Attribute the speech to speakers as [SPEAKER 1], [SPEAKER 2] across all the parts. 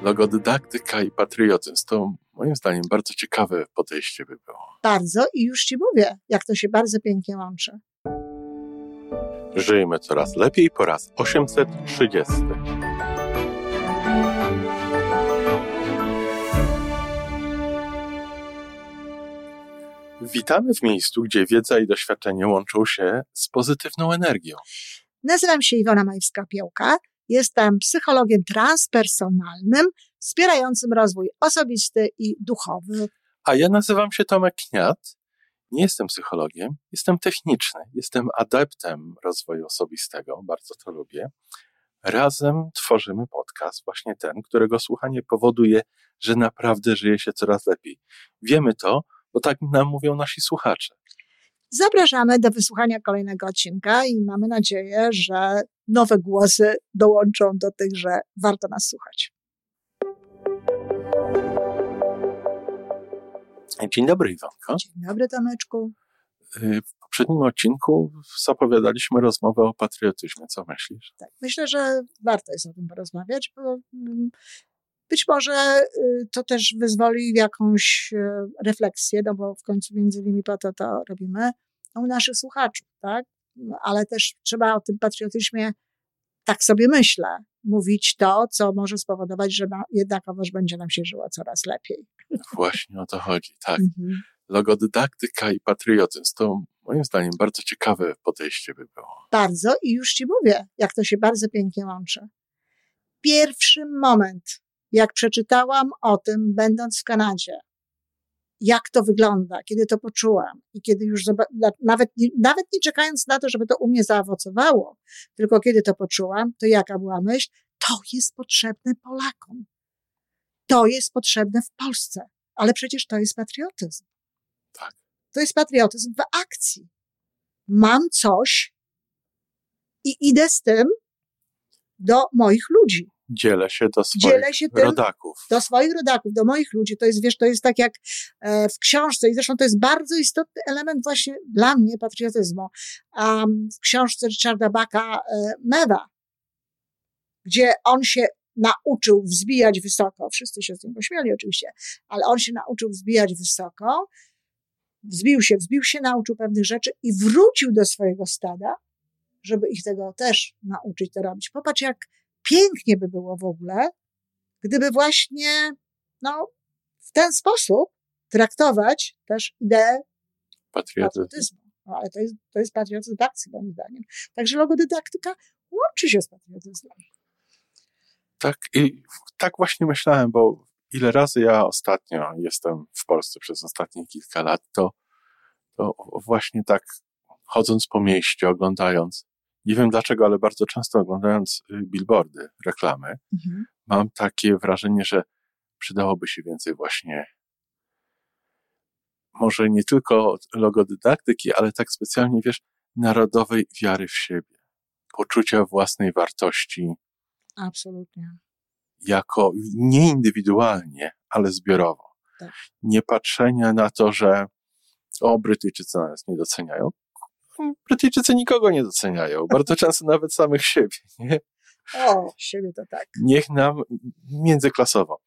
[SPEAKER 1] Logodydaktyka i patriotyzm to moim zdaniem bardzo ciekawe podejście by było.
[SPEAKER 2] Bardzo i już Ci mówię, jak to się bardzo pięknie łączy.
[SPEAKER 1] Żyjmy coraz lepiej po raz 830. Witamy w miejscu, gdzie wiedza i doświadczenie łączą się z pozytywną energią.
[SPEAKER 2] Nazywam się Iwona Majewska-Piołka. Jestem psychologiem transpersonalnym, wspierającym rozwój osobisty i duchowy.
[SPEAKER 1] A ja nazywam się Tomek Kniat. Nie jestem psychologiem, jestem techniczny. Jestem adeptem rozwoju osobistego, bardzo to lubię. Razem tworzymy podcast, właśnie ten, którego słuchanie powoduje, że naprawdę żyje się coraz lepiej. Wiemy to, bo tak nam mówią nasi słuchacze.
[SPEAKER 2] Zapraszamy do wysłuchania kolejnego odcinka i mamy nadzieję, że nowe głosy dołączą do tych, że warto nas słuchać.
[SPEAKER 1] Dzień dobry, Iwonko.
[SPEAKER 2] Dzień dobry, Tomeczku.
[SPEAKER 1] W poprzednim odcinku zapowiadaliśmy rozmowę o patriotyzmie. Co myślisz?
[SPEAKER 2] Tak, myślę, że warto jest o tym porozmawiać, bo być może to też wyzwoli jakąś refleksję, no bo w końcu między innymi po to robimy, u naszych słuchaczy, tak? Ale też trzeba o tym patriotyzmie, tak sobie myślę, mówić to, co może spowodować, że jednakowoż będzie nam się żyło coraz lepiej.
[SPEAKER 1] Właśnie o to chodzi, tak. Logodydaktyka i patriotyzm to moim zdaniem bardzo ciekawe podejście by było.
[SPEAKER 2] Bardzo i już Ci mówię, jak to się bardzo pięknie łączy. Pierwszy moment, jak przeczytałam o tym, będąc w Kanadzie, jak to wygląda, kiedy to poczułam i kiedy już nawet nie czekając na to, żeby to u mnie zaowocowało, tylko kiedy to poczułam, to jaka była myśl? To jest potrzebne Polakom. To jest potrzebne w Polsce. Ale przecież to jest patriotyzm.
[SPEAKER 1] Tak.
[SPEAKER 2] To jest patriotyzm w akcji. Mam coś i idę z tym do moich ludzi.
[SPEAKER 1] Dzielę się do swoich rodaków.
[SPEAKER 2] Do swoich rodaków, do moich ludzi. To jest, wiesz, to jest tak jak w książce i zresztą to jest bardzo istotny element właśnie dla mnie patriotyzmu. W książce Richarda Backa Mewa, gdzie on się nauczył wzbijać wysoko. Wszyscy się z niego śmiali oczywiście, ale on się nauczył wzbijać wysoko. Wzbił się, nauczył pewnych rzeczy i wrócił do swojego stada, żeby ich tego też nauczyć to robić. Popatrz, jak pięknie by było w ogóle, gdyby właśnie, w ten sposób traktować też ideę patriotyzmu. No, ale to jest patriotyzm w akcji, moim zdaniem. Także logodydaktyka łączy się z patriotyzmem.
[SPEAKER 1] Tak, i tak właśnie myślałem, bo ile razy ja ostatnio jestem w Polsce przez ostatnie kilka lat, to właśnie tak chodząc po mieście, oglądając, nie wiem dlaczego, ale bardzo często oglądając billboardy, reklamy, mam takie wrażenie, że przydałoby się więcej właśnie, może nie tylko logodydaktyki, ale tak specjalnie, wiesz, narodowej wiary w siebie, poczucia własnej wartości.
[SPEAKER 2] Absolutnie.
[SPEAKER 1] Jako nie indywidualnie, ale zbiorowo.
[SPEAKER 2] Tak. Nie
[SPEAKER 1] patrzenia na to, że Brytyjczycy nas nie doceniają. Brytyjczycy nikogo nie doceniają. Bardzo często nawet samych siebie, nie?
[SPEAKER 2] Siebie to tak.
[SPEAKER 1] Niech nam, międzyklasowo,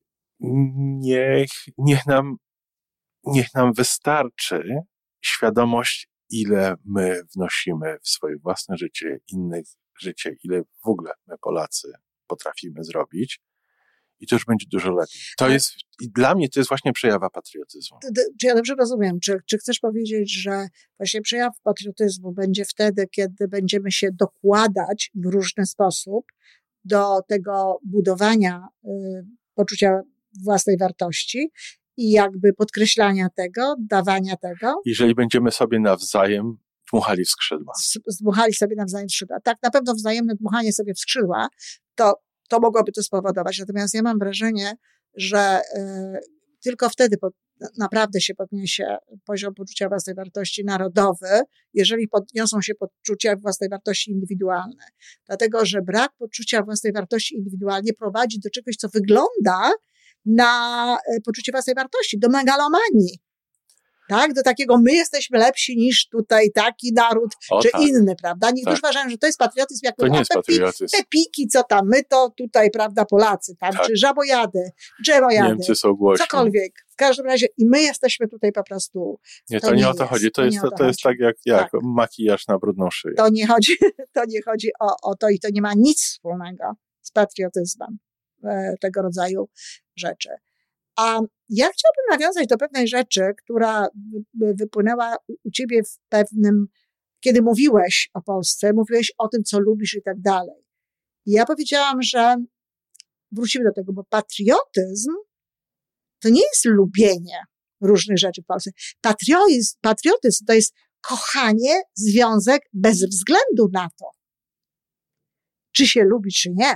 [SPEAKER 1] niech nam wystarczy świadomość, ile my wnosimy w swoje własne życie, innych życie, ile w ogóle my Polacy potrafimy zrobić i to już będzie dużo lepiej. I dla mnie to jest właśnie przejawa patriotyzmu.
[SPEAKER 2] Czy ja dobrze rozumiem? Czy chcesz powiedzieć, że właśnie przejaw patriotyzmu będzie wtedy, kiedy będziemy się dokładać w różny sposób do tego budowania poczucia własnej wartości i jakby podkreślania tego, dawania tego?
[SPEAKER 1] Jeżeli będziemy sobie nawzajem dmuchali w skrzydła.
[SPEAKER 2] Dmuchali sobie nawzajem w skrzydła. Tak, na pewno wzajemne dmuchanie sobie w skrzydła, to mogłoby to spowodować. Natomiast ja mam wrażenie, że tylko wtedy naprawdę się podniesie poziom poczucia własnej wartości narodowy, jeżeli podniosą się poczucia własnej wartości indywidualne. Dlatego, że brak poczucia własnej wartości indywidualnie prowadzi do czegoś, co wygląda na poczucie własnej wartości, do megalomanii. Tak? Do takiego my jesteśmy lepsi niż tutaj taki naród, czy
[SPEAKER 1] tak.
[SPEAKER 2] inny, prawda? Niektórzy uważają, że to jest patriotyzm, jak
[SPEAKER 1] to nie jest patriotyzm.
[SPEAKER 2] Te piki, co tam, my to tutaj, prawda, Polacy, tam, czy żabojady, drzewojady,
[SPEAKER 1] Niemcy są głośni.
[SPEAKER 2] Cokolwiek. W każdym razie i my jesteśmy tutaj po prostu...
[SPEAKER 1] Nie, to nie o to chodzi. To jest tak jak makijaż na brudną szyję.
[SPEAKER 2] To nie chodzi o to i to nie ma nic wspólnego z patriotyzmem tego rodzaju rzeczy. A ja chciałabym nawiązać do pewnej rzeczy, która wypłynęła u ciebie w pewnym, kiedy mówiłeś o Polsce, mówiłeś o tym, co lubisz i tak dalej. I ja powiedziałam, że wrócimy do tego, bo patriotyzm to nie jest lubienie różnych rzeczy w Polsce. Patriotyzm to jest kochanie, związek bez względu na to, czy się lubi, czy nie.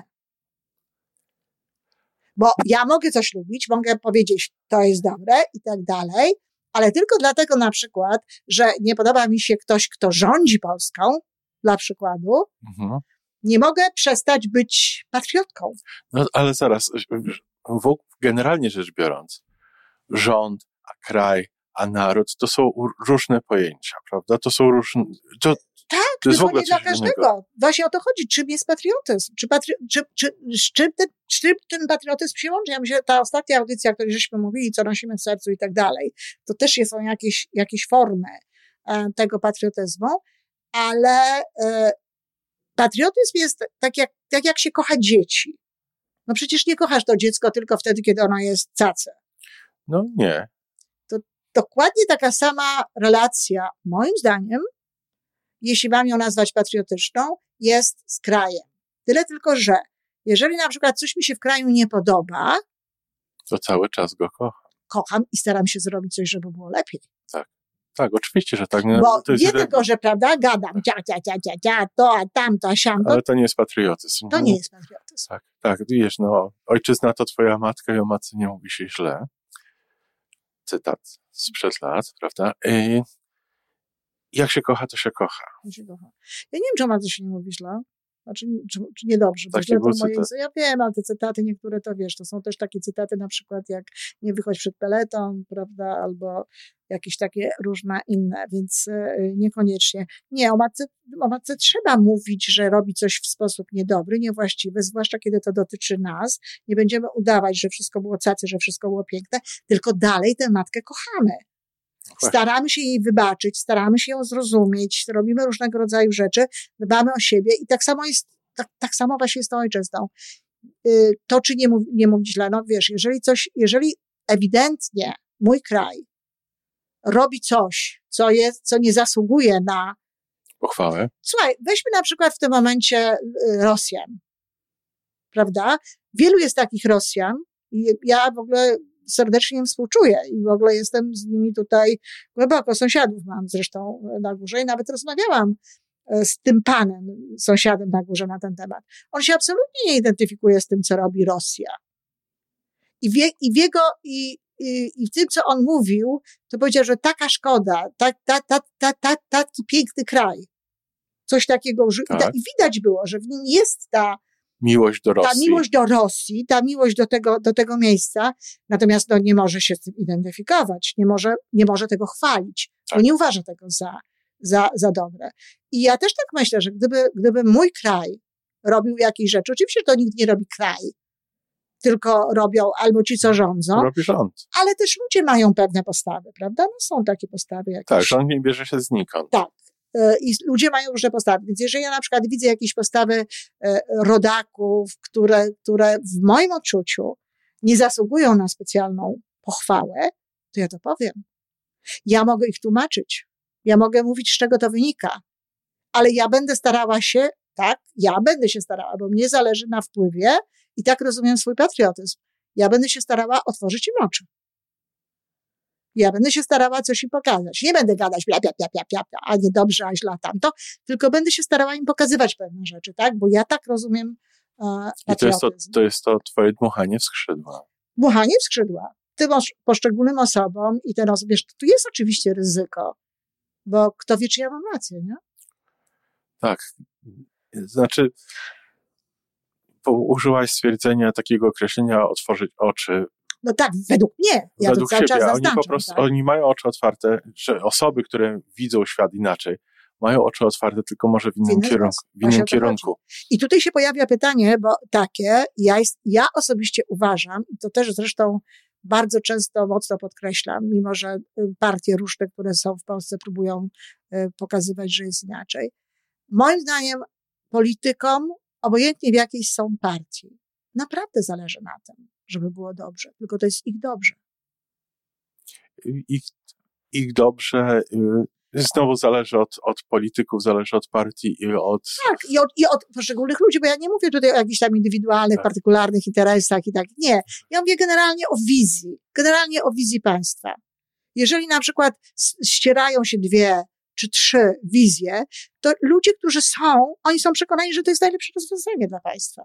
[SPEAKER 2] Bo ja mogę coś lubić, mogę powiedzieć, to jest dobre i tak dalej, ale tylko dlatego na przykład, że nie podoba mi się ktoś, kto rządzi Polską, dla przykładu, nie mogę przestać być patriotką.
[SPEAKER 1] No ale zaraz, generalnie rzecz biorąc, rząd, a kraj, a naród, to są różne pojęcia, prawda? To są różne...
[SPEAKER 2] Tak,
[SPEAKER 1] to jest w ogóle
[SPEAKER 2] nie dla każdego. Innego. Właśnie o to chodzi. Czym jest patriotyzm? Z czym ten patriotyzm się łączy? Ja myślę, ta ostatnia audycja, o której żeśmy mówili, co nosimy w sercu i tak dalej, to też są jakieś formy tego patriotyzmu, ale patriotyzm jest tak jak się kocha dzieci. No przecież nie kochasz to dziecko tylko wtedy, kiedy ono jest cace.
[SPEAKER 1] No nie.
[SPEAKER 2] To dokładnie taka sama relacja, moim zdaniem, jeśli mam ją nazwać patriotyczną, jest z krajem. Tyle tylko, że jeżeli na przykład coś mi się w kraju nie podoba,
[SPEAKER 1] to cały czas go kocham.
[SPEAKER 2] Kocham i staram się zrobić coś, żeby było lepiej.
[SPEAKER 1] Tak, oczywiście, że tak.
[SPEAKER 2] Bo to nie tylko, że prawda, gadam, to, a tamto, a siamto.
[SPEAKER 1] Ale to nie jest patriotyzm.
[SPEAKER 2] To nie jest patriotyzm.
[SPEAKER 1] Tak, wiesz, ojczyzna to twoja matka i o matce nie mówi się źle. Cytat sprzed lat, prawda? I jak się kocha, to się kocha.
[SPEAKER 2] Ja nie wiem, czy o matce się nie mówi źle. Znaczy, czy niedobrze, bo źle to moje... Ja wiem, ale te cytaty niektóre to wiesz, to są też takie cytaty na przykład jak nie wychodź przed peletą, prawda, albo jakieś takie różne inne, więc niekoniecznie. Nie, o matce trzeba mówić, że robi coś w sposób niedobry, niewłaściwy, zwłaszcza kiedy to dotyczy nas. Nie będziemy udawać, że wszystko było cacy, że wszystko było piękne, tylko dalej tę matkę kochamy. Staramy się jej wybaczyć, staramy się ją zrozumieć, robimy różnego rodzaju rzeczy, dbamy o siebie i tak samo jest, tak samo właśnie jest tą ojczyzną. To, czy nie mówić źle, no wiesz, jeżeli ewidentnie mój kraj robi coś, co nie zasługuje na
[SPEAKER 1] pochwałę.
[SPEAKER 2] Słuchaj, weźmy na przykład w tym momencie Rosjan, prawda? Wielu jest takich Rosjan i ja w ogóle serdecznie im współczuję i w ogóle jestem z nimi tutaj głęboko. Sąsiadów mam zresztą na górze i nawet rozmawiałam z tym panem, sąsiadem na górze na ten temat. On się absolutnie nie identyfikuje z tym, co robi Rosja. I w tym, co on mówił, to powiedział, że taka szkoda, taki piękny kraj, coś takiego.
[SPEAKER 1] Tak.
[SPEAKER 2] I widać było, że w nim jest ta
[SPEAKER 1] miłość do Rosji.
[SPEAKER 2] Ta miłość do Rosji, ta miłość do tego miejsca, natomiast nie może się z tym identyfikować, nie może tego chwalić, bo nie uważa tego za dobre. I ja też tak myślę, że gdyby mój kraj robił jakieś rzeczy, oczywiście to nikt nie robi kraj, tylko robią albo ci, co rządzą,
[SPEAKER 1] robi rząd.
[SPEAKER 2] Ale też ludzie mają pewne postawy, prawda? No są takie postawy jakieś.
[SPEAKER 1] Tak, rząd nie bierze się znikąd.
[SPEAKER 2] Tak. I ludzie mają różne postawy. Więc jeżeli ja na przykład widzę jakieś postawy rodaków, które w moim odczuciu nie zasługują na specjalną pochwałę, to ja to powiem. Ja mogę ich tłumaczyć. Ja mogę mówić, z czego to wynika. Ale ja będę starała się, bo mnie zależy na wpływie i tak rozumiem swój patriotyzm. Ja będę się starała otworzyć im oczy. Ja będę się starała coś im pokazać. Nie będę gadać a nie dobrze, a źle tamto, tylko będę się starała im pokazywać pewne rzeczy, tak? Bo ja tak rozumiem patriotyzm.
[SPEAKER 1] I to jest to twoje dmuchanie w skrzydła.
[SPEAKER 2] Dmuchanie w skrzydła. Ty masz poszczególnym osobom i teraz, wiesz, tu jest oczywiście ryzyko, bo kto wie, czy ja mam rację, nie?
[SPEAKER 1] Tak. Znaczy, użyłaś stwierdzenia takiego określenia otworzyć oczy.
[SPEAKER 2] No tak, według mnie. Ja
[SPEAKER 1] według
[SPEAKER 2] to cały
[SPEAKER 1] siebie,
[SPEAKER 2] czas
[SPEAKER 1] oni
[SPEAKER 2] zaznaczam.
[SPEAKER 1] po prostu,
[SPEAKER 2] tak?
[SPEAKER 1] oni mają oczy otwarte, że osoby, które widzą świat inaczej, mają oczy otwarte, tylko może w innym kierunku.
[SPEAKER 2] I tutaj się pojawia pytanie, bo takie, ja osobiście uważam, i to też zresztą bardzo często mocno podkreślam, mimo że partie różne, które są w Polsce, próbują pokazywać, że jest inaczej. Moim zdaniem politykom, obojętnie w jakiej są partii, naprawdę zależy na tym, żeby było dobrze, tylko to jest ich dobrze.
[SPEAKER 1] Ich dobrze znowu zależy od polityków, zależy od partii i od...
[SPEAKER 2] Tak, i od poszczególnych ludzi, bo ja nie mówię tutaj o jakichś tam indywidualnych, partykularnych interesach i tak. Nie. Ja mówię generalnie o wizji państwa. Jeżeli na przykład ścierają się 2 czy 3 wizje, to ludzie, którzy oni są przekonani, że to jest najlepsze rozwiązanie dla państwa.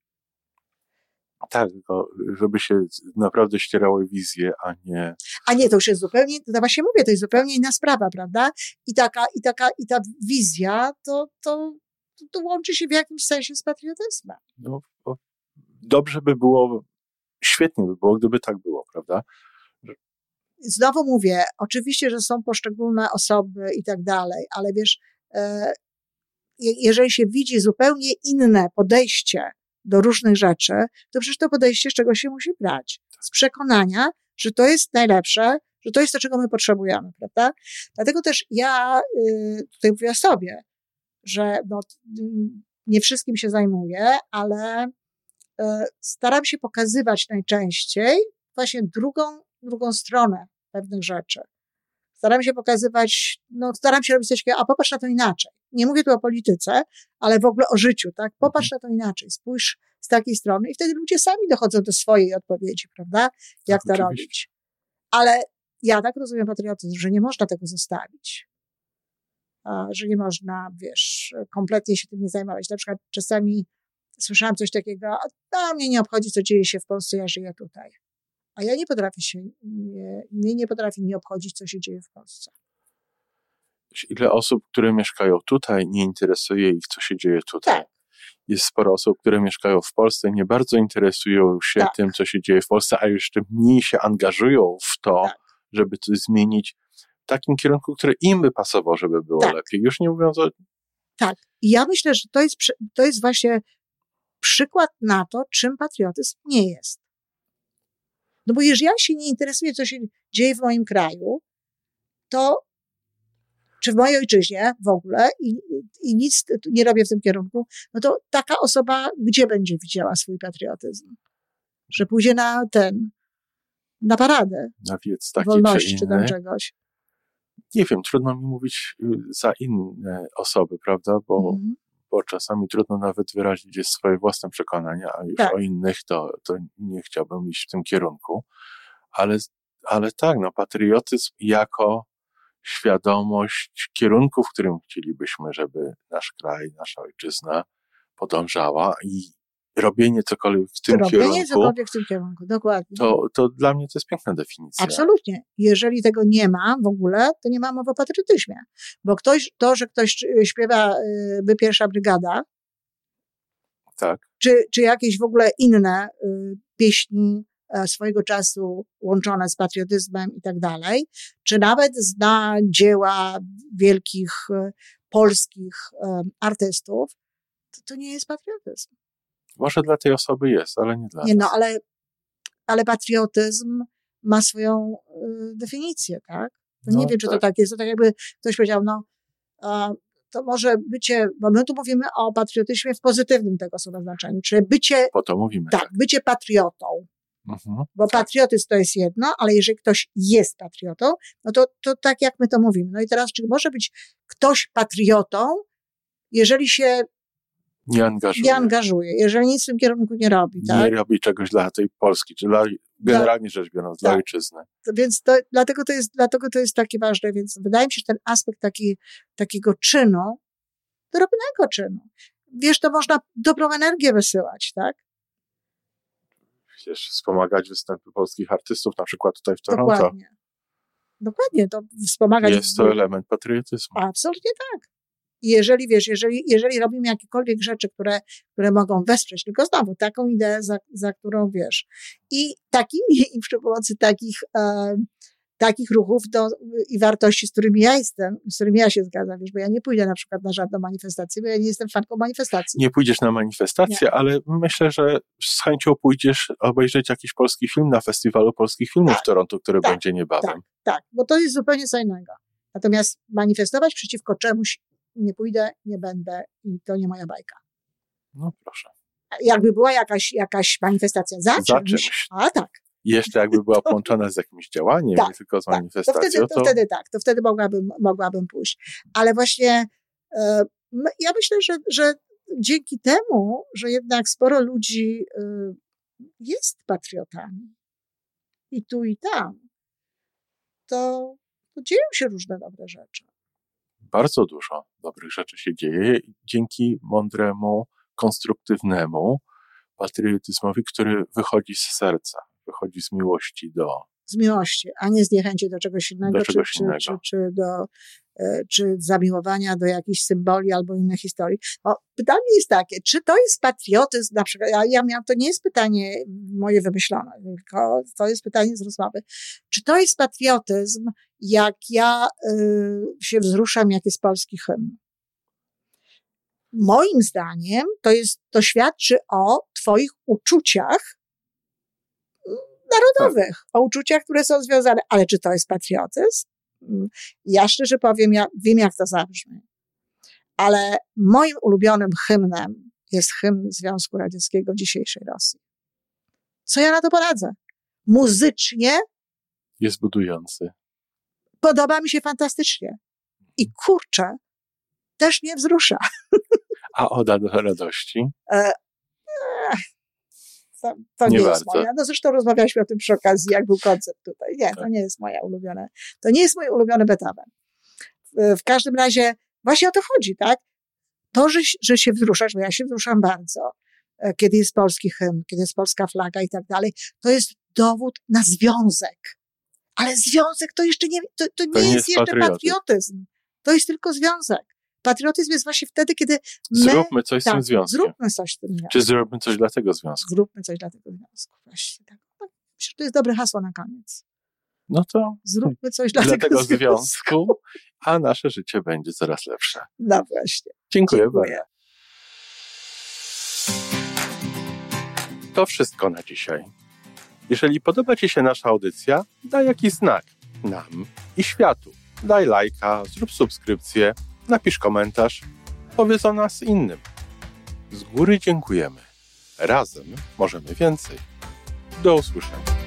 [SPEAKER 1] Tak, tylko żeby się naprawdę ścierały wizje, a nie...
[SPEAKER 2] A nie, to już jest zupełnie, to właśnie mówię, to jest zupełnie inna sprawa, prawda? I ta wizja, to łączy się w jakimś sensie z patriotyzmem.
[SPEAKER 1] No, dobrze by było, świetnie by było, gdyby tak było, prawda?
[SPEAKER 2] Znowu mówię, oczywiście, że są poszczególne osoby i tak dalej, ale wiesz, jeżeli się widzi zupełnie inne podejście do różnych rzeczy, to przecież to podejście z czego się musi brać? Z przekonania, że to jest najlepsze, że to jest to, czego my potrzebujemy, prawda? Dlatego też ja tutaj mówię o sobie, że nie wszystkim się zajmuję, ale staram się pokazywać najczęściej właśnie drugą stronę pewnych rzeczy. Staram się pokazywać, staram się robić coś takiego, a popatrz na to inaczej. Nie mówię tu o polityce, ale w ogóle o życiu, tak? Popatrz na to inaczej, spójrz z takiej strony i wtedy ludzie sami dochodzą do swojej odpowiedzi, prawda? Jak to robić. Ale ja tak rozumiem patriotyzm, że nie można tego zostawić. Że nie można, wiesz, kompletnie się tym nie zajmować. Na przykład czasami słyszałam coś takiego, mnie nie obchodzi, co dzieje się w Polsce, ja żyję tutaj. A ja mnie nie potrafi nie obchodzić, co się dzieje w Polsce.
[SPEAKER 1] Ile osób, które mieszkają tutaj, nie interesuje ich, co się dzieje tutaj. Tak. Jest sporo osób, które mieszkają w Polsce, nie bardzo interesują się tym, co się dzieje w Polsce, a jeszcze mniej się angażują w to, żeby coś zmienić w takim kierunku, który im by pasował, żeby było lepiej. Już nie mówiąc o...
[SPEAKER 2] Tak. I ja myślę, że to jest właśnie przykład na to, czym patriotyzm nie jest. No bo jeżeli ja się nie interesuję, co się dzieje w moim kraju, czy w mojej ojczyźnie w ogóle i nic nie robię w tym kierunku, no to taka osoba gdzie będzie widziała swój patriotyzm? Że pójdzie na paradę.
[SPEAKER 1] Na wiec taki
[SPEAKER 2] wolności czy tam czegoś.
[SPEAKER 1] Nie wiem, trudno mi mówić za inne osoby, prawda? Bo czasami trudno nawet wyrazić swoje własne przekonania, a już o innych to nie chciałbym iść w tym kierunku. Ale tak, patriotyzm jako świadomość kierunku, w którym chcielibyśmy, żeby nasz kraj, nasza ojczyzna podążała i robienie cokolwiek w tym kierunku,
[SPEAKER 2] dokładnie.
[SPEAKER 1] To dla mnie to jest piękna definicja.
[SPEAKER 2] Absolutnie. Jeżeli tego nie ma w ogóle, to nie ma mowy o patriotyzmie. Bo że ktoś śpiewa By pierwsza brygada,
[SPEAKER 1] tak.
[SPEAKER 2] czy jakieś w ogóle inne pieśni swojego czasu łączone z patriotyzmem i tak dalej, czy nawet zna dzieła wielkich polskich artystów, to nie jest patriotyzm.
[SPEAKER 1] Może dla tej osoby jest, ale nie dla
[SPEAKER 2] nas. Ale patriotyzm ma swoją definicję, tak? Nie wiem, czy to tak jest. To tak jakby ktoś powiedział, to może bo my tu mówimy o patriotyzmie w pozytywnym tego słowa znaczeniu, czyli bycie...
[SPEAKER 1] Po to mówimy.
[SPEAKER 2] Tak, bycie patriotą. Bo patriotyzm to jest jedno, ale jeżeli ktoś jest patriotą, no to tak jak my to mówimy. No i teraz, czy może być ktoś patriotą, jeżeli się nie angażuje, jeżeli nic w tym kierunku nie robi, tak?
[SPEAKER 1] Nie robi czegoś dla tej Polski, czy generalnie rzecz biorąc, dla ojczyzny.
[SPEAKER 2] Więc dlatego to jest takie ważne, więc wydaje mi się, że ten aspekt takiego czynu, drobnego czynu, wiesz, to można dobrą energię wysyłać, tak?
[SPEAKER 1] Wiesz, wspomagać występy polskich artystów, na przykład tutaj w Toronto.
[SPEAKER 2] Dokładnie, to wspomagać.
[SPEAKER 1] Jest to element patriotyzmu.
[SPEAKER 2] Absolutnie tak. I jeżeli, wiesz, jeżeli robimy jakiekolwiek rzeczy, które mogą wesprzeć, tylko znowu taką ideę, za którą wiesz. I przy pomocy takich ruchów i wartości, z którymi ja się zgadzam, wiesz, bo ja nie pójdę na przykład na żadną manifestację, bo ja nie jestem fanką manifestacji.
[SPEAKER 1] Nie pójdziesz na manifestację, ale myślę, że z chęcią pójdziesz obejrzeć jakiś polski film na Festiwalu Polskich Filmów w Toronto, który będzie niebawem.
[SPEAKER 2] Tak, bo to jest zupełnie co innego. Natomiast manifestować przeciwko czemuś nie pójdę, nie będę i to nie moja bajka.
[SPEAKER 1] No proszę.
[SPEAKER 2] Jakby była jakaś manifestacja za czymś. A tak.
[SPEAKER 1] Jeszcze jakby była połączona z jakimś działaniem, nie tylko z manifestacją.
[SPEAKER 2] To wtedy mogłabym pójść. Ale właśnie ja myślę, że dzięki temu, że jednak sporo ludzi jest patriotami i tu i tam, to dzieją się różne dobre rzeczy.
[SPEAKER 1] Bardzo dużo dobrych rzeczy się dzieje dzięki mądremu, konstruktywnemu patriotyzmowi, który wychodzi z serca, wychodzi z miłości
[SPEAKER 2] z miłości, a nie z niechęci do czegoś innego, czy zamiłowania do jakichś symboli albo innych historii. Pytanie jest takie, czy to jest patriotyzm, na przykład, to nie jest pytanie moje wymyślone, tylko to jest pytanie z rozmowy. Czy to jest patriotyzm, jak ja się wzruszam, jak jest polski hymn? Moim zdaniem to świadczy o twoich uczuciach narodowych, o uczuciach, które są związane. Ale czy to jest patriotyzm? Ja szczerze powiem, ja wiem, jak to zabrzmi. Ale moim ulubionym hymnem jest hymn Związku Radzieckiego dzisiejszej Rosji. Co ja na to poradzę? Muzycznie
[SPEAKER 1] jest budujący.
[SPEAKER 2] Podoba mi się fantastycznie. I kurczę, też mnie wzrusza.
[SPEAKER 1] A Oda do radości?
[SPEAKER 2] To nie jest moja. No zresztą rozmawialiśmy o tym przy okazji, jak był koncert tutaj. Nie, to nie jest moja ulubiona. To nie jest mój ulubiony Beethoven. W każdym razie właśnie o to chodzi, tak? To, że się wzruszasz, bo ja się wzruszam bardzo, kiedy jest polski hymn, kiedy jest polska flaga i tak dalej, to jest dowód na związek. Ale związek to jeszcze to nie jest jeszcze patriotyzm. To jest tylko związek. Patriotyzm jest właśnie wtedy, kiedy
[SPEAKER 1] zróbmy coś z tym związkiem.
[SPEAKER 2] Zróbmy coś z tym związkiem.
[SPEAKER 1] Czy zróbmy coś dla tego związku?
[SPEAKER 2] Zróbmy coś dla tego związku. Właśnie tak. Myślę, że to jest dobre hasło na koniec.
[SPEAKER 1] No to
[SPEAKER 2] zróbmy coś dla tego
[SPEAKER 1] związku, a nasze życie będzie coraz lepsze.
[SPEAKER 2] No właśnie.
[SPEAKER 1] Dziękuję bardzo. To wszystko na dzisiaj. Jeżeli podoba Ci się nasza audycja, daj jakiś znak nam i światu. Daj lajka, zrób subskrypcję, napisz komentarz, powiedz o nas innym. Z góry dziękujemy. Razem możemy więcej. Do usłyszenia.